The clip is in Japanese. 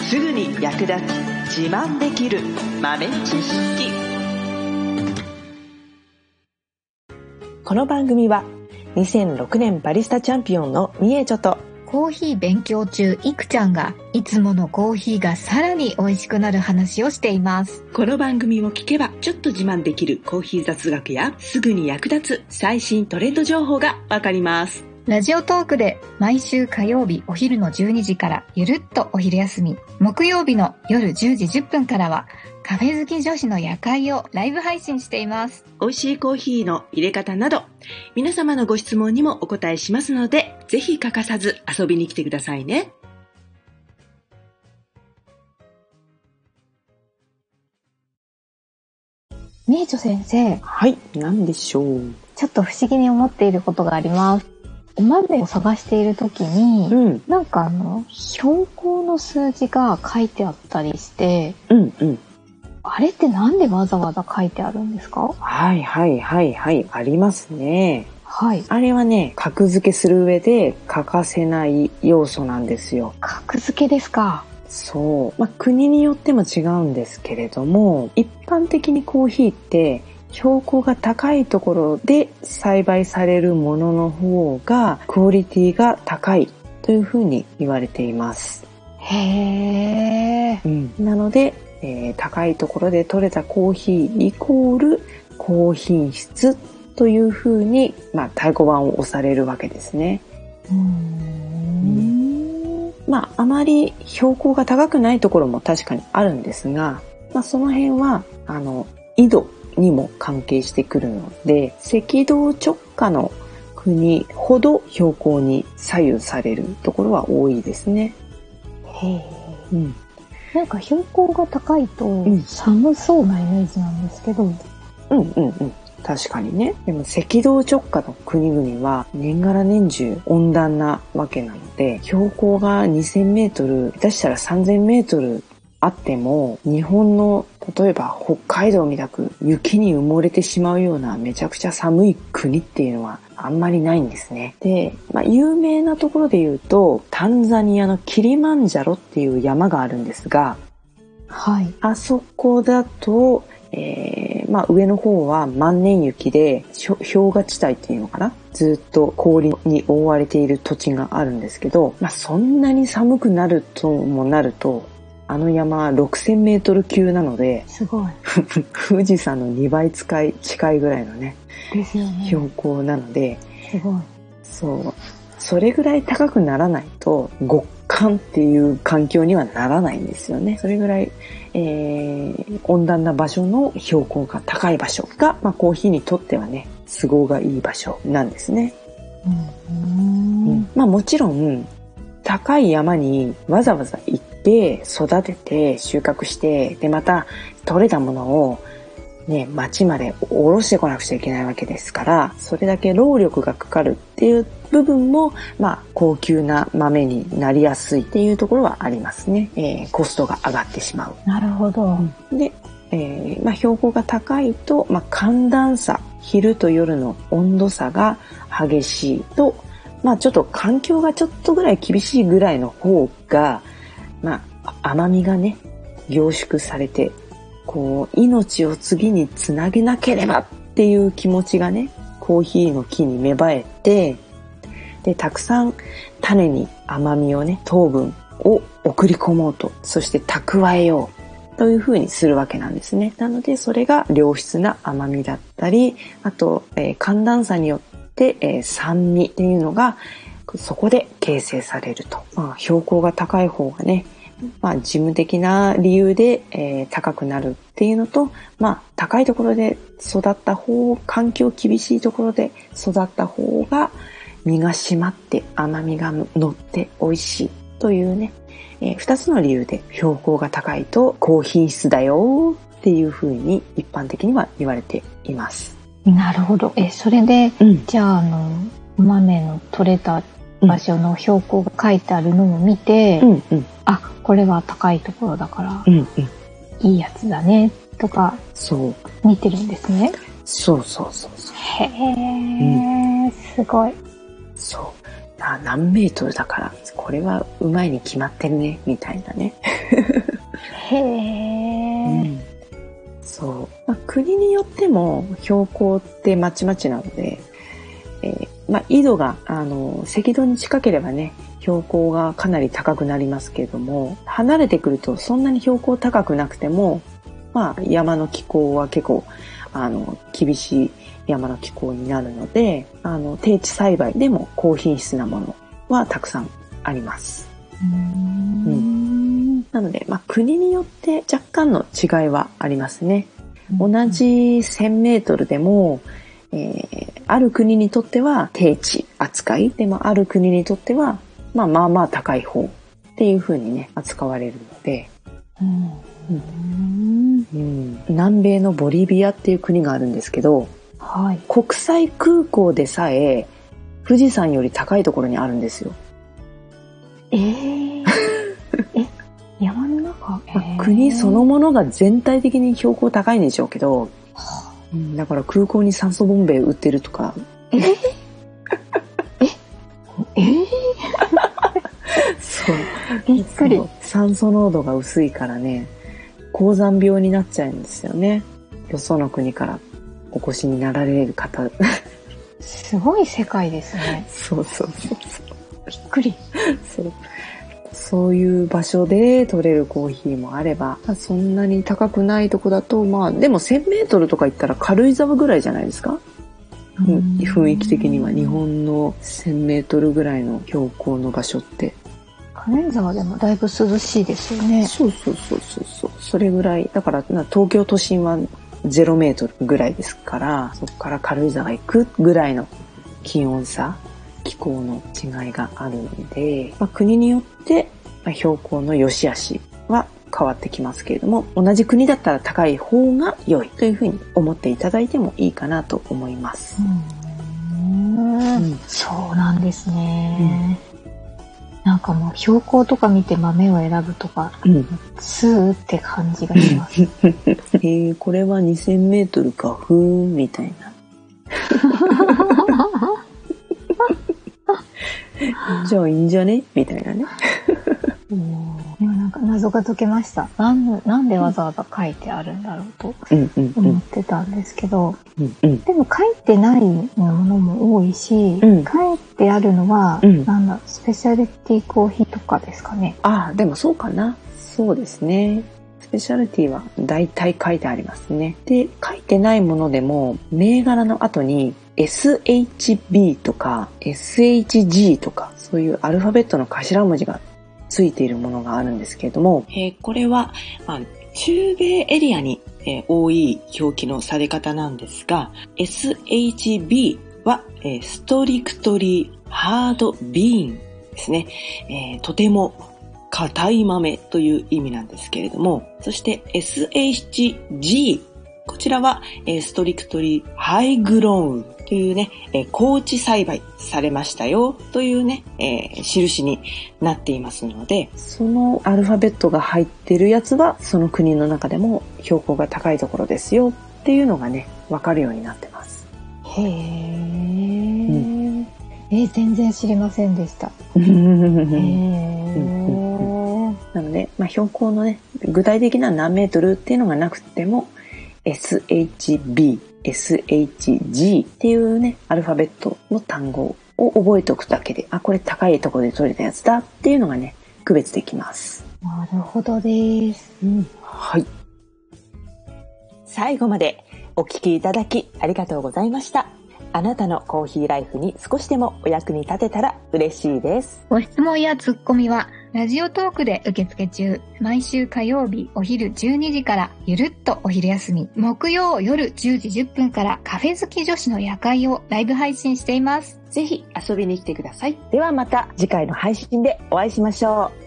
すぐに役立つ自慢できる豆知識。この番組は2006年バリスタチャンピオンのみえちょとコーヒー勉強中いくちゃんがいつものコーヒーがさらに美味しくなる話をしています。 この番組を聞けばちょっと自慢できるコーヒー雑学やすぐに役立つ最新トレンド情報がわかります。 ラジオトークで毎週火曜日お昼の12時からゆるっとお昼休み、木曜日の夜10時10分からはカフェ好き女子の夜会をライブ配信しています。 美味しいコーヒーの入れ方など皆様のご質問にもお答えしますので、ぜひ欠かさず遊びに来てくださいね。 みえちょ先生。 はい、何でしょう。 ちょっと不思議に思っていることがあります。お豆を探しているときに、なんか標高の数字が書いてあったりして、あれってなんでわざわざ書いてあるんですか？ はい、ありますね。 はい。 あれはね、格付けする上で欠かせない要素なんですよ。 格付けですか？ そう。国によっても違うんですけれども、一般的にコーヒーって標高が高いところで栽培されるものの方がクオリティが高いというふうに言われています。 へー。 なので、高いところで採れたコーヒーイコール高品質というふうに、太鼓判を押されるわけですね。あまり標高が高くないところも確かにあるんですが、その辺は緯度にも関係してくるので、赤道直下の国ほど標高に左右されるところは多いですね。 なんか標高が高いと寒そうなイメージなんですけど。 確かにね。でも赤道直下の国々は年がら年中温暖なわけなので、標高が2000メートル、下手したら3000メートルあっても、日本の例えば北海道みたく雪に埋もれてしまうようなめちゃくちゃ寒い国っていうのはあんまりないんですね。で、有名なところで言うと、タンザニアのキリマンジャロっていう山があるんですが、あそこだと、上の方は万年雪で氷河地帯っていうのかな、ずっと氷に覆われている土地があるんですけど、そんなに寒くなるともなると、あの山は6000メートル級なので、 すごい富士山の2倍近いぐらいのね、 ですよね、 標高なので、 すごい。 それぐらい高くならないと極寒っていう環境にはならないんですよね。それぐらい、温暖な場所の標高が高い場所が、コーヒーにとってはね、都合がいい場所なんですね。もちろん高い山にわざわざ行って育てて収穫して、でまた取れたものをね、町まで下ろしてこなくちゃいけないわけですから、それだけ労力がかかるっていう部分も、高級な豆になりやすいっていうところはありますね。コストが上がってしまう。 なるほど。 で、標高が高いと、寒暖差、昼と夜の温度差が激しいと、ちょっと環境がちょっとぐらい厳しいぐらいの方が、甘みがね、凝縮されて、命を次につなげなければっていう気持ちがね、コーヒーの木に芽生えて、でたくさん種に甘みをね、糖分を送り込もうと、そして蓄えようという風にするわけなんですね。なのでそれが良質な甘みだったり、あと、寒暖差によって、酸味っていうのがそこで形成されると。標高が高い方がね、事務的な理由で、高くなるっていうのと、高いところで育った方、環境厳しいところで育った方が身が締まって甘みが乗って美味しいというね、2つの理由で標高が高いと高品質だよっていう風に一般的には言われています。 なるほど。それで、じゃあ豆の取れた場所の標高が書いてあるのを見て、これは高いところだから、いいやつだねとか見てるんですね。 そう。 へー、すごい。 何メートルだから、これはうまいに決まってるね、みたいなね。 へー。 そう。国によっても標高ってまちまちなので、緯度が、赤道に近ければね、標高がかなり高くなりますけれども、離れてくるとそんなに標高高くなくても、山の気候は結構、厳しい山の気候になるので、低地栽培でも高品質なものはたくさんあります。なので、国によって若干の違いはありますね。同じ1000メートルでも、ある国にとっては低地扱い、でもある国にとっては、まあ高い方っていう風にね、扱われるので、南米のボリビアっていう国があるんですけど、はい、国際空港でさえ富士山より高いところにあるんですよ。 山の中、 国そのものが全体的に標高高いんでしょうけど、だから空港に酸素ボンベ売ってるとか。そう。 びっくり。 酸素濃度が薄いからね、高山病になっちゃうんですよね。よその国からお越しになられる方。 すごい世界ですね。 そう。 びっくり。 そういう場所で取れるコーヒーもあれば、そんなに高くないとこだと、でも1000メートルとか行ったら軽井沢ぐらいじゃないですか？雰囲気的には日本の1000メートルぐらいの標高の場所って。 軽井沢でもだいぶ涼しいですよね。 そう。それぐらい。だから東京都心は0メートルぐらいですから、そこから軽井沢行くぐらいの気温差、気候の違いがあるので、国によって標高の良し悪しは変わってきますけれども、同じ国だったら高い方が良いというふうに思っていただいてもいいかなと思います。 そうなんですね。なんかもう標高とか見て豆を選ぶとか、スーって感じがします。 これは2000メートルか、ふーんみたいな。じゃあいいんじゃねみたいなね。 でもなんか謎が解けました。なんでわざわざ書いてあるんだろうと思ってたんですけど、でも書いてないものも多いし、書いてあるのは、スペシャルティーコーヒーとかですかね。 でもそうかな。そうですね。スペシャルティは大体書いてありますね。で、書いてないものでも銘柄の後にSHB とか SHG とかそういうアルファベットの頭文字がついているものがあるんですけれども、 これは、中米エリアに、多い表記のされ方なんですが、SHB は、ストリクトリーハードビーンですね。とても硬い豆という意味なんですけれども、そして SHG、こちらは、ストリクトリーハイグローンというね、高地栽培されましたよというね、印になっていますので、 そのアルファベットが入ってるやつはその国の中でも標高が高いところですよっていうのがね、わかるようになってます。 へー。全然知りませんでした。なので、標高のね、具体的な何メートルっていうのがなくても、SHB、SHG っていうね、アルファベットの単語を覚えておくだけで、これ高いところで取れたやつだっていうのがね、区別できます。 なるほどです。 はい。 最後までお聞きいただきありがとうございました。あなたのコーヒーライフに少しでもお役に立てたら嬉しいです。 ご質問やツッコミはラジオトークで受付中。毎週火曜日お昼12時からゆるっとお昼休み、木曜夜10時10分からカフェ好き女子の夜会をライブ配信しています。 ぜひ遊びに来てください。ではまた次回の配信でお会いしましょう。